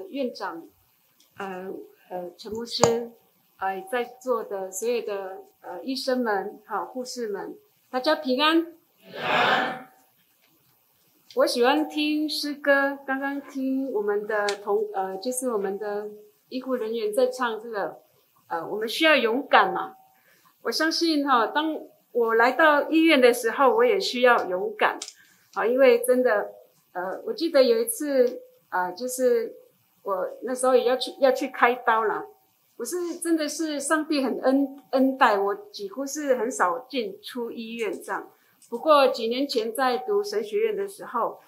院长，陈牧师，在座的所有的医生们、护士们，大家平安。平安。我喜欢听诗歌，刚刚听我们的就是我们的医护人员在唱这个，我们需要勇敢嘛。我相信当我来到医院的时候，我也需要勇敢，因为真的，我记得有一次就是我那时候也要去开刀了，我是真的是上帝很恩待我，几乎是很少进出医院这样。不过几年前在读神学院的时候，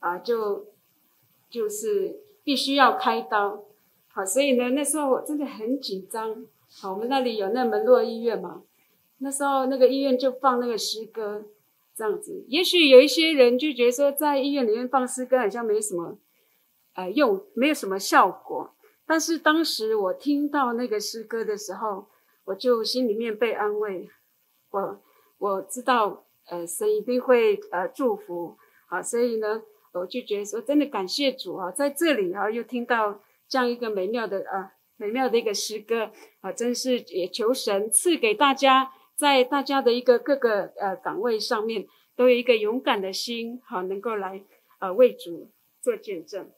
就是必须要开刀，所以呢那时候我真的很紧张。我们那里有那门诺医院嘛，那时候那个医院就放那个诗歌这样子。也许有一些人就觉得说，在医院里面放诗歌好像没什么用，没有什么效果。但是当时我听到那个诗歌的时候，我就心里面被安慰，我知道神一定会祝福，所以呢我就觉得说真的感谢主在这里又听到这样一个美妙的一个诗歌真是也求神赐给大家，在大家的一个各个岗位上面都有一个勇敢的心能够来为主做见证。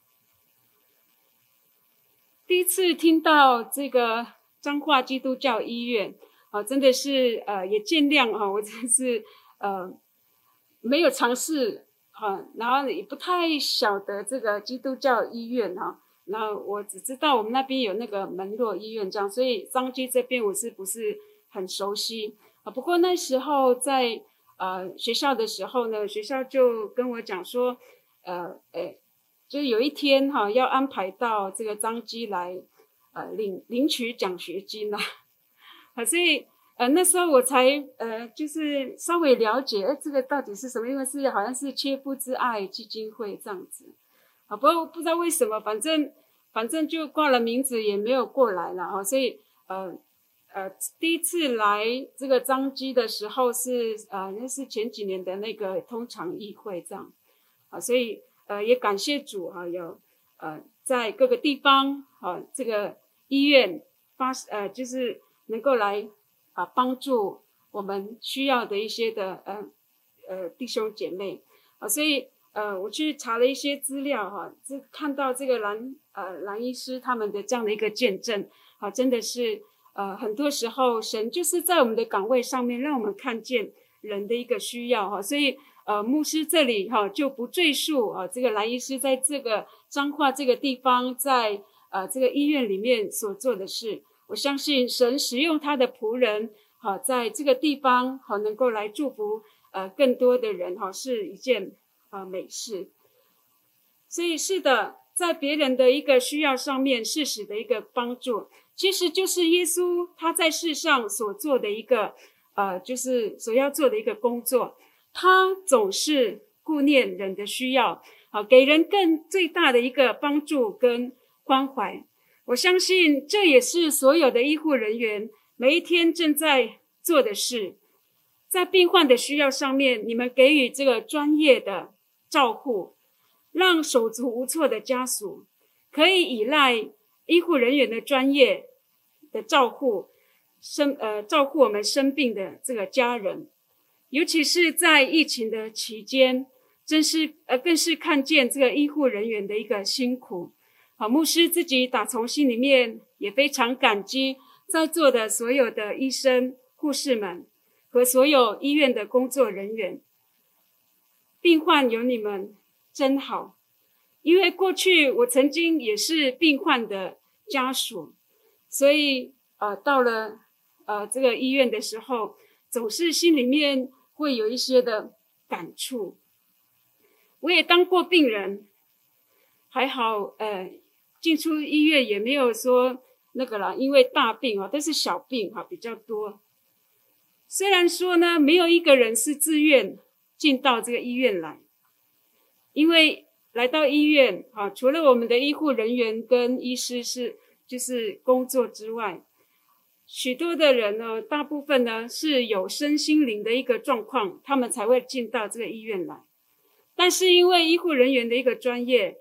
第一次听到这个彰化基督教医院真的是也见谅我真是没有尝试然后也不太晓得这个基督教医院然后我只知道我们那边有那个门诺医院这样，所以彰基这边我是不是很熟悉不过那时候在学校的时候呢，学校就跟我讲说就是有一天要安排到这个彰基来领取奖学金所以那时候我才就是稍微了解这个到底是什么，因为是好像是切肤之爱基金会这样子不知道为什么，反正就挂了名字也没有过来了所以第一次来这个彰基的时候是那是前几年的那个通常议会这样所以也感谢主有在各个地方这个医院就是能够来帮助我们需要的一些的弟兄姐妹所以我去查了一些资料看到这个蓝医师他们的这样的一个见证真的是很多时候神就是在我们的岗位上面让我们看见人的一个需要所以牧师这里就不赘述这个蓝医师在这个彰化这个地方在这个医院里面所做的事。我相信神使用他的仆人在这个地方能够来祝福更多的人是一件美事。所以是的，在别人的一个需要上面适时的一个帮助，其实就是耶稣他在世上所做的一个就是所要做的一个工作。他总是顾念人的需要给人更最大的一个帮助跟关怀。我相信这也是所有的医护人员每一天正在做的事。在病患的需要上面，你们给予这个专业的照护，让手足无措的家属可以依赖医护人员的专业的照护照顾我们生病的这个家人。尤其是在疫情的期间，更是看见这个医护人员的一个辛苦牧师自己打从心里面也非常感激在座的所有的医生护士们和所有医院的工作人员。病患有你们真好，因为过去我曾经也是病患的家属，所以到了这个医院的时候，总是心里面会有一些的感触。我也当过病人，还好进出医院也没有说那个啦，因为大病都是小病比较多。虽然说呢，没有一个人是自愿进到这个医院来，因为来到医院除了我们的医护人员跟医师就是工作之外，许多的人呢，大部分呢是有身心灵的一个状况，他们才会进到这个医院来。但是因为医护人员的一个专业，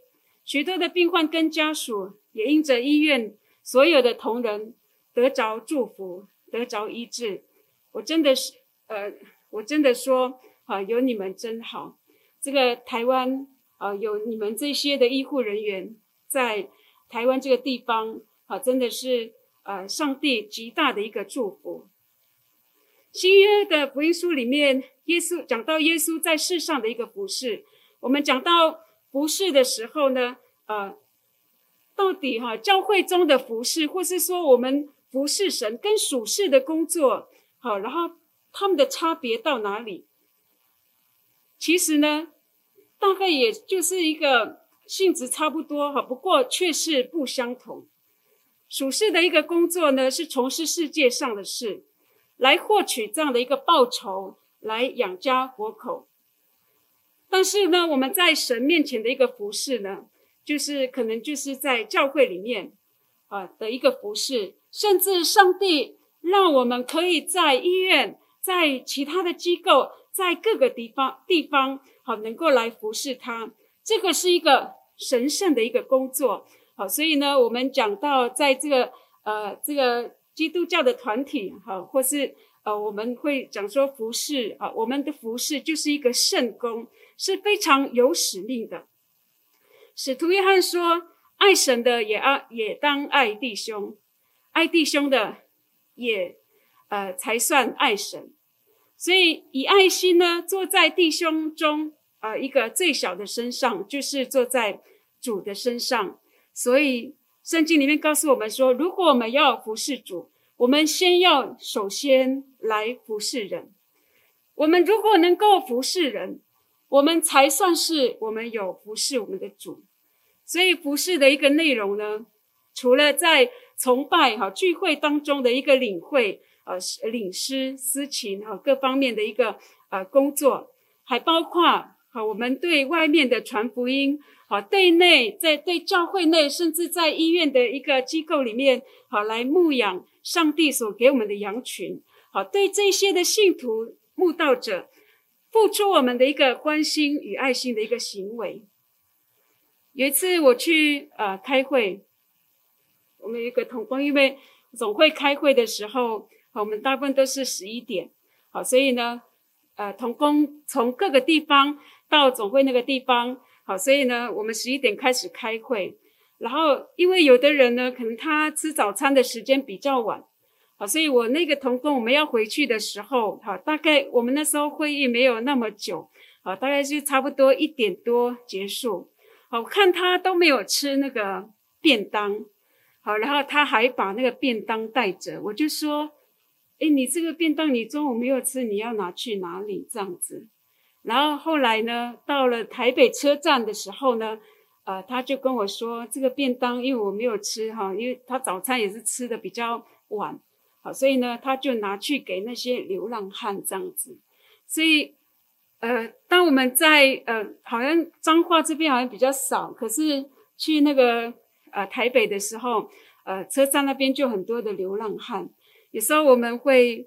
许多的病患跟家属也因着医院所有的同仁得着祝福，得着医治。我真的说有你们真好。这个台湾有你们这些的医护人员在台湾这个地方真的是上帝极大的一个祝福。新约的福音书里面，讲到耶稣在世上的一个服事。我们讲到服事的时候呢，到底教会中的服事，或是说我们服事神跟属世的工作，然后他们的差别到哪里？其实呢，大概也就是一个性质差不多，不过却是不相同。属世的一个工作呢，是从事世界上的事，来获取这样的一个报酬，来养家活口。但是呢，我们在神面前的一个服事呢，可能就是在教会里面的一个服事，甚至上帝让我们可以在医院，在其他的机构，在各个地方能够来服事他。这个是一个神圣的一个工作。所以呢，我们讲到在这个基督教的团体或是我们会讲说服事我们的服事就是一个圣工，是非常有使命的。使徒约翰说，爱神的也当爱弟兄，爱弟兄的也才算爱神。所以以爱心呢，做在弟兄中一个最小的身上，就是做在主的身上。所以圣经里面告诉我们说，如果我们要服事主，我们首先来服事人。我们如果能够服事人，我们才算是我们有服事我们的主。所以服事的一个内容呢，除了在崇拜聚会当中的一个领会领诗司琴各方面的一个工作，还包括我们对外面的传福音，对教会内，甚至在医院的一个机构里面来牧养上帝所给我们的羊群，对这些的信徒慕道者付出我们的一个关心与爱心的一个行为。有一次我去开会，我们有一个同工，因为总会开会的时候我们大部分都是11点，所以呢同工从各个地方到总会那个地方，所以呢我们11点开始开会。然后因为有的人呢可能他吃早餐的时间比较晚，所以我那个同工我们要回去的时候大概我们那时候会议没有那么久大概就差不多1点多结束。我看他都没有吃那个便当，然后他还把那个便当带着，我就说你这个便当你中午没有吃，你要拿去哪里这样子。然后后来呢，到了台北车站的时候呢他就跟我说，这个便当因为我没有吃因为他早餐也是吃的比较晚所以呢他就拿去给那些流浪汉这样子。所以当我们在好像彰化这边好像比较少，可是去那个台北的时候车站那边就很多的流浪汉，有时候我们会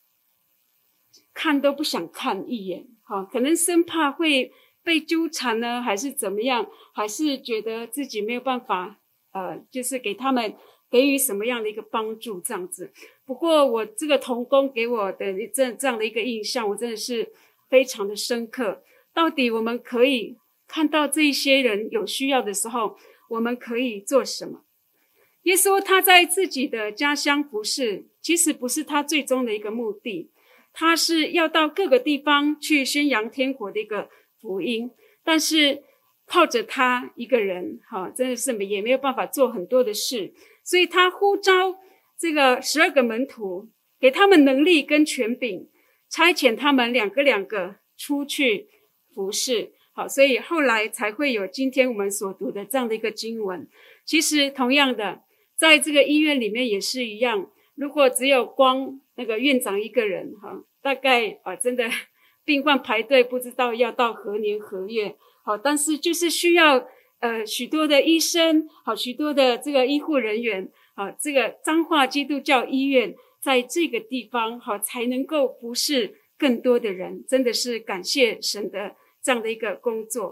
看都不想看一眼可能生怕会被纠缠呢，还是怎么样，还是觉得自己没有办法就是给他们给予什么样的一个帮助这样子。不过我这个同工给我的这样的一个印象，我真的是非常的深刻。到底我们可以看到这一些人有需要的时候，我们可以做什么？耶稣他在自己的家乡服事，其实不是他最终的一个目的，他是要到各个地方去宣扬天国的一个福音。但是靠着他一个人真的是也没有办法做很多的事，所以他呼召这个12个门徒，给他们能力跟权柄，差遣他们两个出去服事。所以后来才会有今天我们所读的这样的一个经文。其实同样的，在这个医院里面也是一样，如果只有光那个院长一个人大概真的病患排队不知道要到何年何月但是就是需要许多的医生许多的这个医护人员这个彰化基督教医院在这个地方才能够服侍更多的人，真的是感谢神的这样的一个工作。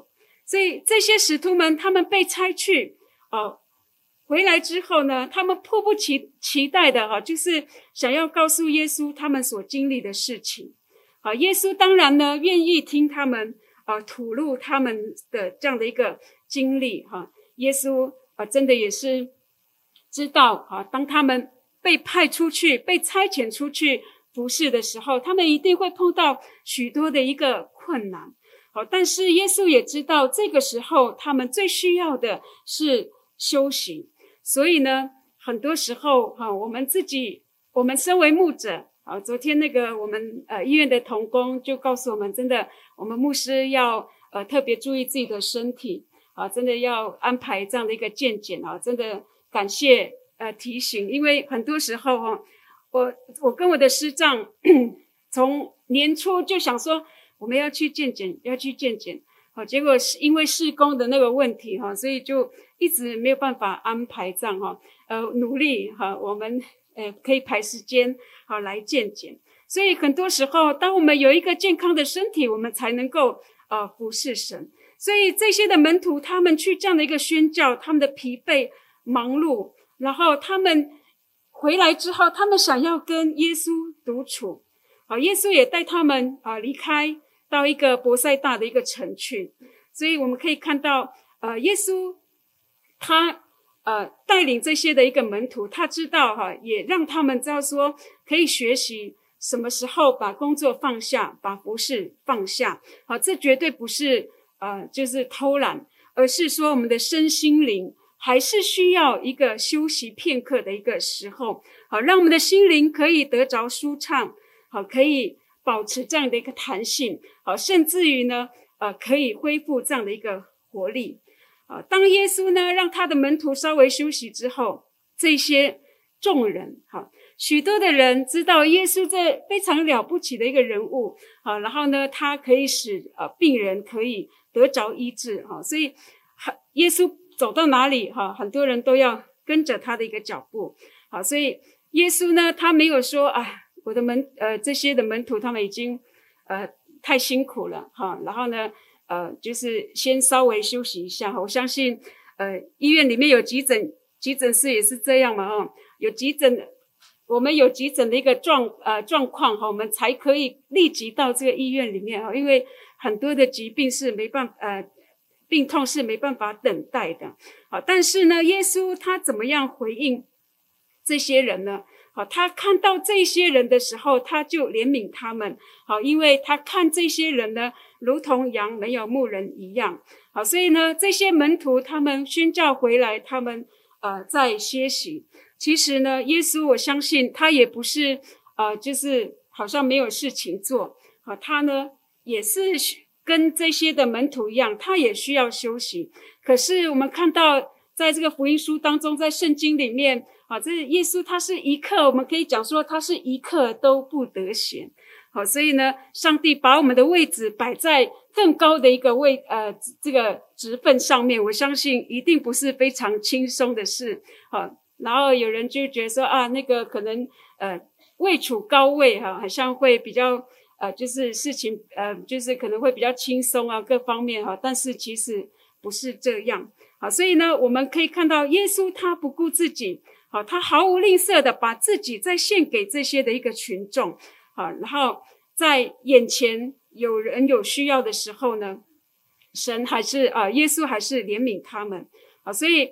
所以这些使徒们他们被差去回来之后呢，他们迫不及待的就是想要告诉耶稣他们所经历的事情。耶稣当然呢愿意听他们吐露他们的这样的一个经历。耶稣真的也是知道当他们被派出去被差遣出去服事的时候，他们一定会碰到许多的一个困难。但是耶稣也知道这个时候他们最需要的是休息。所以呢很多时候我们身为牧者，昨天那个我们医院的同工就告诉我们，真的我们牧师要特别注意自己的身体真的要安排这样的一个健检真的感谢提醒。因为很多时候我跟我的师长从年初就想说我们要去健检结果是因为事工的那个问题所以就一直没有办法安排这样努力我们可以排时间来健检。所以很多时候当我们有一个健康的身体，我们才能够服侍神。所以这些的门徒他们去这样的一个宣教，他们的疲惫忙碌，然后他们回来之后，他们想要跟耶稣独处耶稣也带他们离开到一个伯赛大的一个城去。所以我们可以看到耶稣他带领这些的一个门徒，他知道也让他们知道说可以学习什么时候把工作放下，把服事放下这绝对不是就是偷懒，而是说我们的身心灵还是需要一个休息片刻的一个时候让我们的心灵可以得着舒畅可以保持这样的一个弹性甚至于呢可以恢复这样的一个活力当耶稣呢让他的门徒稍微休息之后，这些众人许多的人知道耶稣这非常了不起的一个人物然后呢他可以使病人可以得着医治所以耶稣走到哪里很多人都要跟着他的一个脚步所以耶稣呢他没有说我的这些的门徒他们已经太辛苦了然后呢就是先稍微休息一下我相信医院里面有急诊室也是这样嘛有急诊，我们有急诊的一个状况我们才可以立即到这个医院里面因为很多的疾病是病痛是没办法等待的但是呢耶稣他怎么样回应这些人呢他看到这些人的时候，他就怜悯他们因为他看这些人呢如同羊没有牧人一样所以呢这些门徒他们宣教回来，他们在歇息。其实呢耶稣我相信他也不是就是好像没有事情做他呢也是跟这些的门徒一样，他也需要休息。可是我们看到在这个福音书当中，在圣经里面这耶稣他是一刻，我们可以讲说他是一刻都不得闲所以呢上帝把我们的位置摆在更高的一个这个职分上面，我相信一定不是非常轻松的事然后有人就觉得说那个可能位处高位好像会比较就是事情就是可能会比较轻松各方面但是其实不是这样所以呢我们可以看到耶稣他不顾自己他毫无吝啬的把自己再献给这些的一个群众然后在眼前有人有需要的时候呢，神还是耶稣还是怜悯他们所以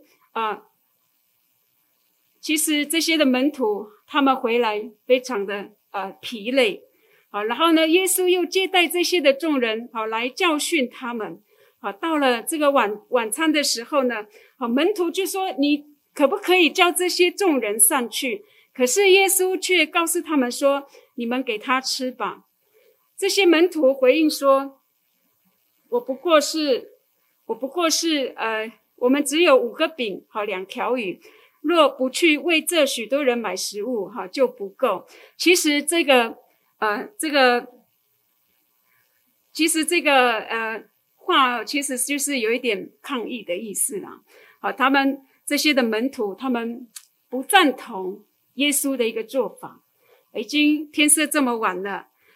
其实这些的门徒他们回来非常的疲累然后呢耶稣又接待这些的众人来教训他们到了这个晚餐的时候呢门徒就说你可不可以叫这些众人散去？可是耶稣却告诉他们说你们给他吃吧。这些门徒回应说我不过是我们只有5个饼2条鱼，若不去为这许多人买食物就不够。其实这个话其实就是有一点抗议的意思啦他们这些的门徒他们不赞同耶稣的一个做法，已经天色这么晚了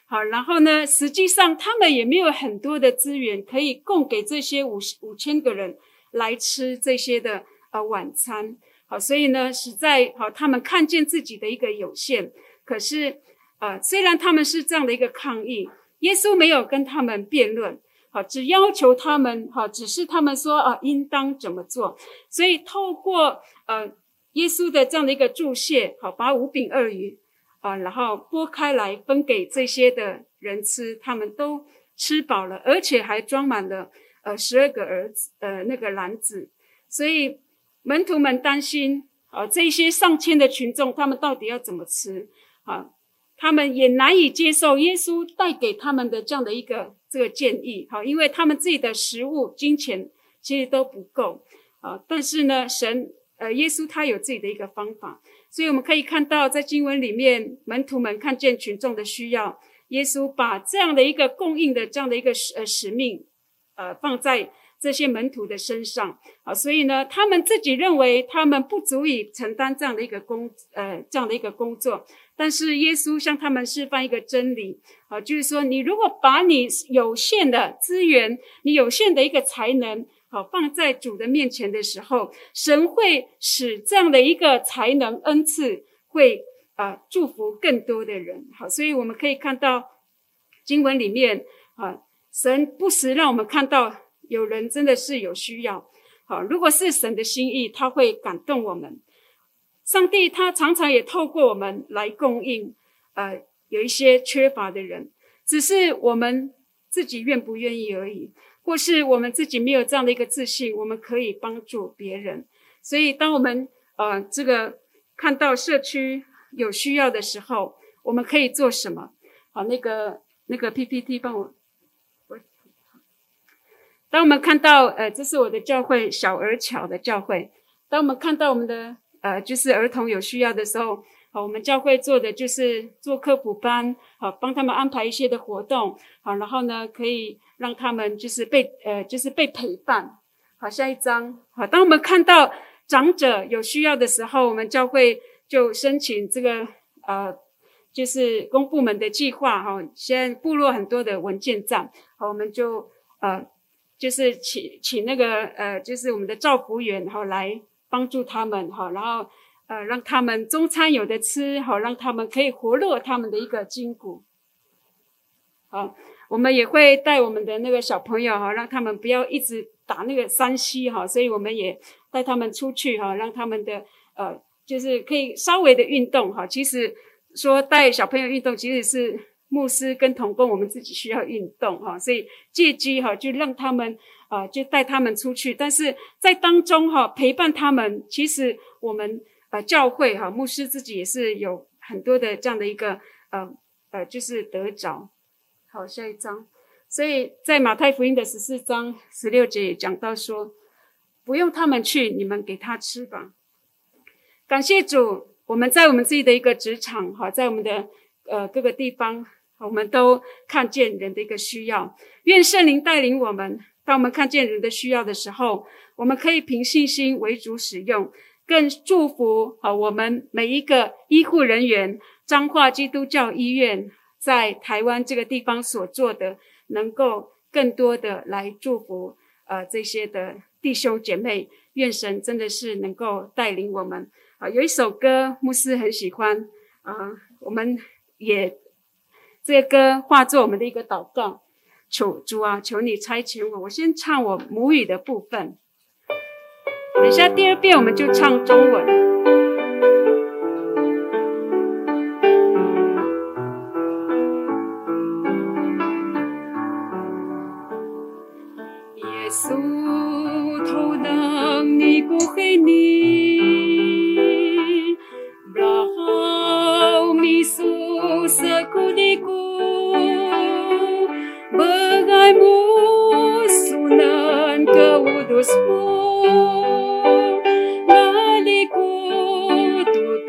好，然后呢，实际上他们也没有很多的资源可以供给这些5000个人来吃这些的晚餐。好，所以呢，实在好，他们看见自己的一个有限，可是虽然他们是这样的一个抗议，耶稣没有跟他们辩论，好，只要求他们，好，指示他们说应当怎么做。所以透过耶稣的这样的一个注解，好，把5饼2鱼然后拨开来分给这些的人吃，他们都吃饱了，而且还装满了12个那个篮子。所以门徒们担心这些上千的群众他们到底要怎么吃他们也难以接受耶稣带给他们的这样的一个这个建议因为他们自己的食物金钱其实都不够但是呢耶稣他有自己的一个方法。所以我们可以看到在经文里面，门徒们看见群众的需要，耶稣把这样的一个供应的这样的一个使命放在这些门徒的身上所以呢他们自己认为他们不足以承担这样的一个工作，但是耶稣向他们示范一个真理就是说你如果把你有限的资源，你有限的一个才能放在主的面前的时候，神会使这样的一个才能恩赐会祝福更多的人所以我们可以看到经文里面神不时让我们看到有人真的是有需要如果是神的心意，他会感动我们。上帝他常常也透过我们来供应有一些缺乏的人，只是我们自己愿不愿意而已，或是我们自己没有这样的一个自信，我们可以帮助别人。所以当我们这个看到社区有需要的时候，我们可以做什么那个 PPT 帮我。当我们看到这是我的教会小儿巧的教会，当我们看到我们的就是儿童有需要的时候我们教会做的就是做科普班帮他们安排一些的活动然后呢可以让他们就是被陪伴下一张当我们看到长者有需要的时候，我们教会就申请这个就是公部门的计划现在部落很多的文件站我们就是请那个就是我们的照服员来帮助他们然后让他们中餐有的吃让他们可以活络他们的一个筋骨我们也会带我们的那个小朋友让他们不要一直打那个3C所以我们也带他们出去让他们的就是可以稍微的运动其实说带小朋友运动其实是牧师跟同工我们自己需要运动所以借机就让他们就带他们出去，但是在当中陪伴他们，其实我们教会牧师自己也是有很多的这样的一个就是得着。好，下一章。所以在马太福音的14章16节也讲到说，不用他们去，你们给他吃吧。感谢主，我们在我们自己的一个职场在我们的各个地方我们都看见人的一个需要，愿圣灵带领我们，当我们看见人的需要的时候，我们可以凭信心为主使用，更祝福我们每一个医护人员，彰化基督教医院在台湾这个地方所做的，能够更多的来祝福这些的弟兄姐妹，愿神真的是能够带领我们有一首歌牧师很喜欢我们也这个歌化作我们的一个祷告，主啊，求你差遣我。我先唱我母语的部分，等一下第二遍我们就唱中文。耶稣投能你不黑你Brahau misu sekudiku Bagai musunan keudusmu Laliku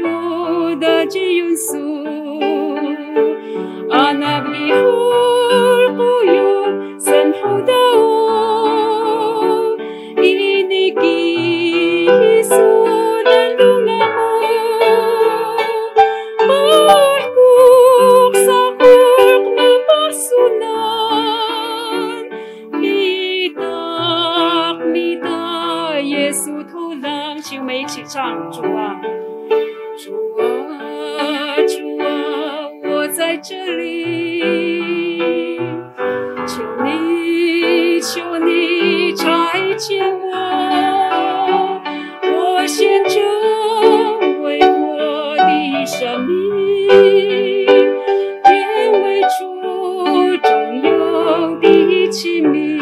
请我们一起唱：主啊，主啊，主啊，我在这里，求你，求你差遣我，我献这为我的生命，愿为主中用的器皿，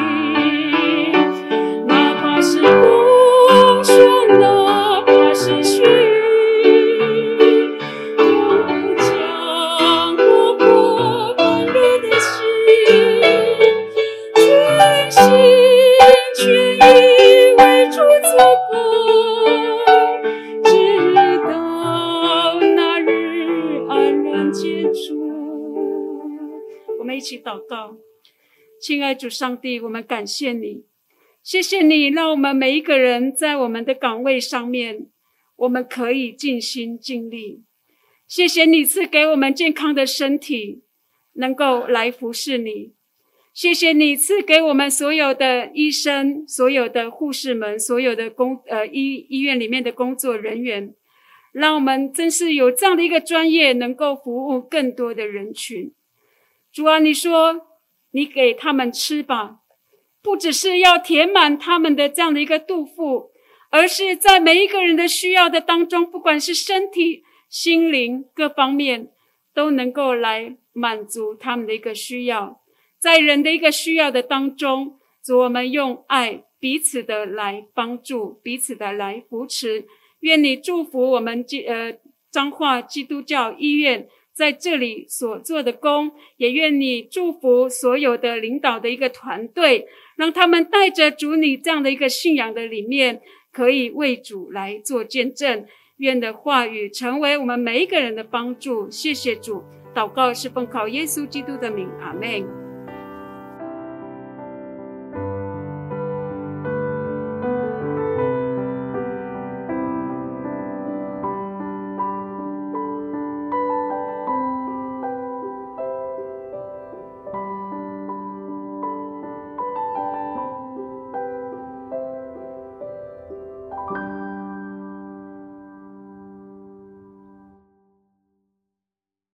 哪怕是风霜，哪怕是雪雨，我将我过半热的心，全心全意为主做工，直到那日安然结束。我们一起祷告。亲爱主上帝，我们感谢你，谢谢你让我们每一个人在我们的岗位上面，我们可以尽心尽力。谢谢你赐给我们健康的身体，能够来服侍你。谢谢你赐给我们所有的医生，所有的护士们，所有的医院里面的工作人员，让我们真是有这样的一个专业，能够服务更多的人群。主啊，你说你给他们吃吧，不只是要填满他们的这样的一个肚腹，而是在每一个人的需要的当中，不管是身体、心灵各方面，都能够来满足他们的一个需要。在人的一个需要的当中，主，我们用爱彼此的来帮助，彼此的来扶持。愿你祝福我们彰化基督教医院在这里所做的工，也愿你祝福所有的领导的一个团队，让他们带着主你这样的一个信仰的里面，可以为主来做见证。愿的话语成为我们每一个人的帮助。谢谢主，祷告是奉靠耶稣基督的名，阿们。